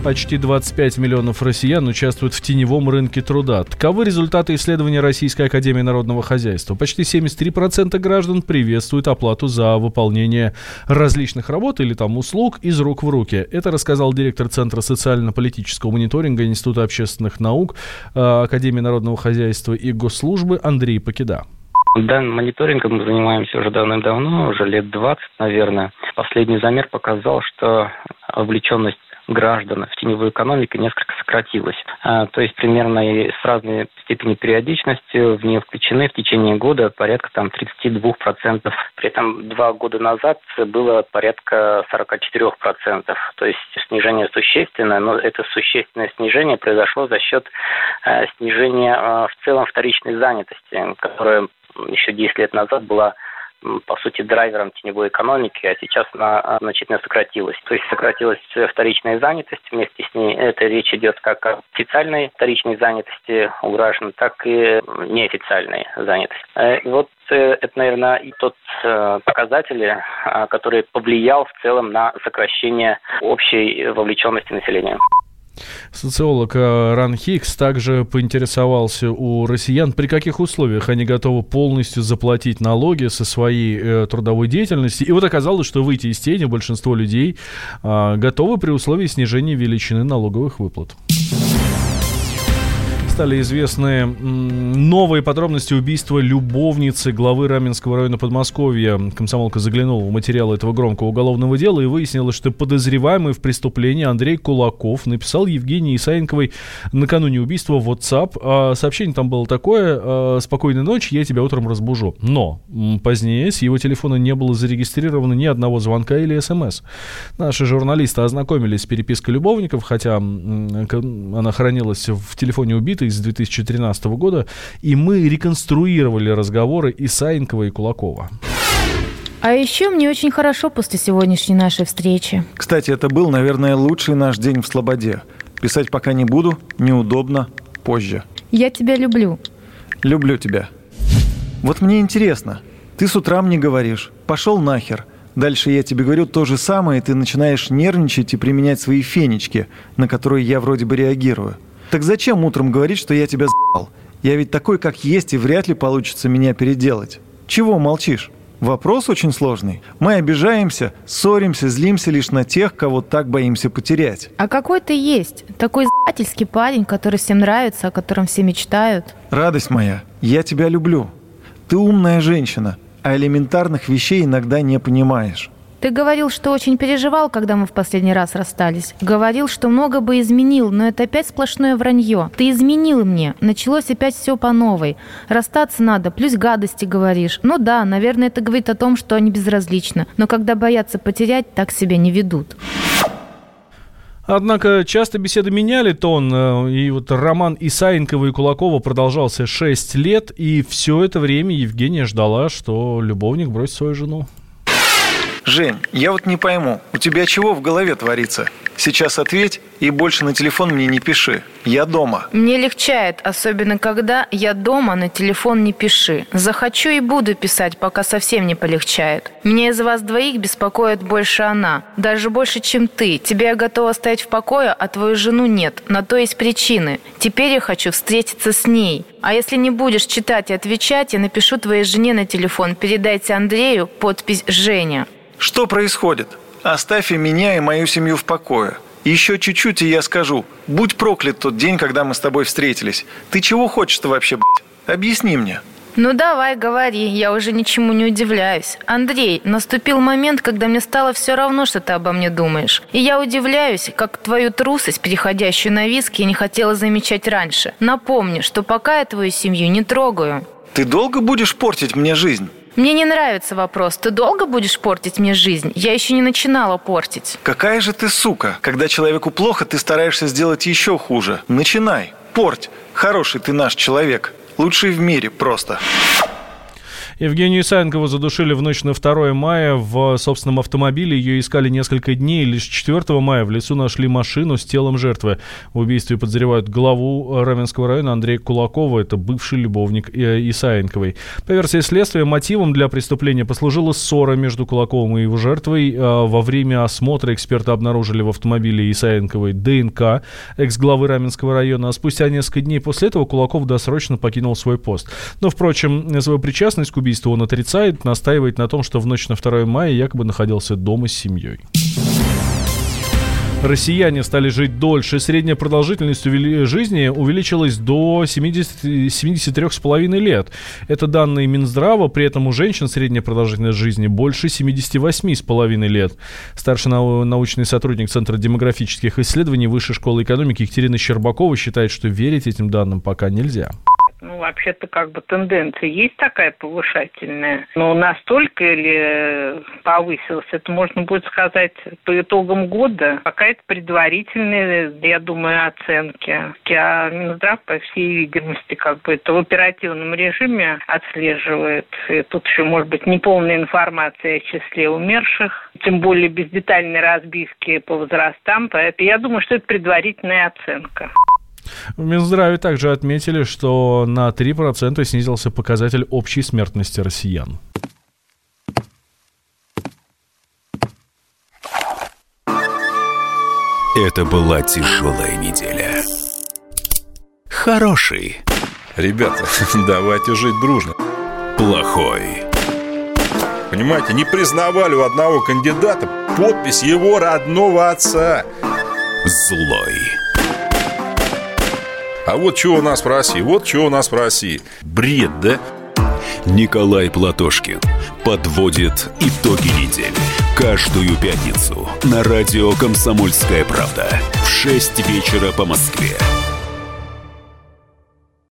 Почти 25 миллионов россиян участвуют в теневом рынке труда. Таковы результаты исследования Российской академии народного хозяйства. Почти 73% граждан приветствуют оплату за выполнение различных работ или услуг из рук в руки. Это рассказал директор Центра социально-политического мониторинга Института общественных наук Академии народного хозяйства и госслужбы Андрей Покида. Данным мониторингом мы занимаемся уже давным-давно, уже лет 20, наверное. Последний замер показал, что вовлеченность граждан в теневую экономику несколько сократилась. То есть примерно с разной степенью периодичности в нее включены в течение года порядка 32%. При этом 2 года назад было порядка 44%. То есть снижение существенное, но это существенное снижение произошло за счет снижения в целом вторичной занятости, которая еще 10 лет назад была, по сути, драйвером теневой экономики, а сейчас она значительно сократилась. То есть сократилась вторичная занятость, вместе с ней это речь идет как о официальной вторичной занятости у граждан, так и неофициальной занятости. И вот это, наверное, и тот показатель, который повлиял в целом на сокращение общей вовлеченности населения. Социолог Ран Хикс также поинтересовался у россиян, при каких условиях они готовы полностью заплатить налоги со своей трудовой деятельности. И вот оказалось, что выйти из тени большинство людей готовы при условии снижения величины налоговых выплат. Стали известны новые подробности убийства любовницы главы Раменского района Подмосковья. Комсомолка заглянула в материалы этого громкого уголовного дела и выяснилось, что подозреваемый в преступлении Андрей Кулаков написал Евгении Исаенковой накануне убийства в WhatsApp. Сообщение там было такое: «Спокойной ночи, я тебя утром разбужу». Но позднее с его телефона не было зарегистрировано ни одного звонка или СМС. Наши журналисты ознакомились с перепиской любовников, хотя она хранилась в телефоне убитой с 2013 года, и мы реконструировали разговоры Исаенкова и Кулакова. А еще мне очень хорошо после сегодняшней нашей встречи. Кстати, это был, наверное, лучший наш день в Слободе. Писать пока не буду, неудобно, позже. Я тебя люблю. Люблю тебя. Вот мне интересно, ты с утра мне говоришь: пошел нахер. Дальше я тебе говорю то же самое, и ты начинаешь нервничать и применять свои фенечки, на которые я вроде бы реагирую. Так зачем утром говорить, что я тебя за***л? Я ведь такой, как есть, и вряд ли получится меня переделать. Чего молчишь? Вопрос очень сложный. Мы обижаемся, ссоримся, злимся лишь на тех, кого так боимся потерять. А какой ты есть? Такой за***ельский парень, который всем нравится, о котором все мечтают. Радость моя, я тебя люблю. Ты умная женщина, а элементарных вещей иногда не понимаешь. Ты говорил, что очень переживал, когда мы в последний раз расстались. Говорил, что много бы изменил, но это опять сплошное вранье. Ты изменил мне. Началось опять все по новой. Расстаться надо, плюс гадости говоришь. Ну да, наверное, это говорит о том, что они безразличны. Но когда боятся потерять, так себя не ведут. Однако часто беседы меняли тон, и вот роман Исаенкова и Кулакова продолжался 6 лет, и все это время Евгения ждала, что любовник бросит свою жену. Жень, я вот не пойму, у тебя чего в голове творится? Сейчас ответь и больше на телефон мне не пиши. Я дома. Мне легчает, особенно когда я дома, на телефон не пиши. Захочу и буду писать, пока совсем не полегчает. Меня из вас двоих беспокоит больше она. Даже больше, чем ты. Тебя я готова оставить в покое, а твою жену нет. На то есть причины. Теперь я хочу встретиться с ней. А если не будешь читать и отвечать, я напишу твоей жене на телефон: передайте Андрею, подпись «Женя». Что происходит? Оставь и меня, и мою семью в покое. Еще чуть-чуть, и я скажу: будь проклят тот день, когда мы с тобой встретились. Ты чего хочешь-то вообще, блядь? Объясни мне. Ну давай, говори, я уже ничему не удивляюсь. Андрей, наступил момент, когда мне стало все равно, что ты обо мне думаешь. И я удивляюсь, как твою трусость, переходящую на виски, я не хотела замечать раньше. Напомни, что пока я твою семью не трогаю. Ты долго будешь портить мне жизнь? Мне не нравится вопрос. Ты долго будешь портить мне жизнь? Я еще не начинала портить. Какая же ты сука. Когда человеку плохо, ты стараешься сделать еще хуже. Начинай. Порть. Хороший ты наш человек. Лучший в мире просто. Евгению Исаенкову задушили в ночь на 2 мая в собственном автомобиле. Ее искали несколько дней. Лишь 4 мая в лесу нашли машину с телом жертвы. В убийстве подозревают главу Раменского района Андрея Кулакова. Это бывший любовник Исаенковой. По версии следствия, мотивом для преступления послужила ссора между Кулаковым и его жертвой. Во время осмотра эксперты обнаружили в автомобиле Исаенковой ДНК экс-главы Раменского района. А спустя несколько дней после этого Кулаков досрочно покинул свой пост. Но, впрочем, свою причастность к убийству он отрицает, настаивает на том, что в ночь на 2 мая якобы находился дома с семьей. Россияне стали жить дольше. Средняя продолжительность жизни увеличилась до 73,5 лет. Это данные Минздрава. При этом у женщин средняя продолжительность жизни больше 78,5 лет. Старший научный сотрудник Центра демографических исследований Высшей школы экономики Екатерина Щербакова считает, что верить этим данным пока нельзя. Вообще-то тенденция есть такая повышательная, но настолько ли повысилась, это можно будет сказать по итогам года. Пока это предварительные, я думаю, оценки. А Минздрав, по всей видимости, это в оперативном режиме отслеживает. И тут еще, может быть, неполная информация о числе умерших, тем более без детальной разбивки по возрастам. Поэтому я думаю, что это предварительная оценка. В Минздраве также отметили, что на 3% снизился показатель общей смертности россиян. Это была тяжелая неделя. Хороший. Ребята, давайте жить дружно. Плохой. Понимаете, не признавали у одного кандидата подпись его родного отца. Злой. А вот что у нас в России, Бред, да? Николай Платошкин подводит итоги недели. Каждую пятницу на радио «Комсомольская правда» в 6 вечера по Москве.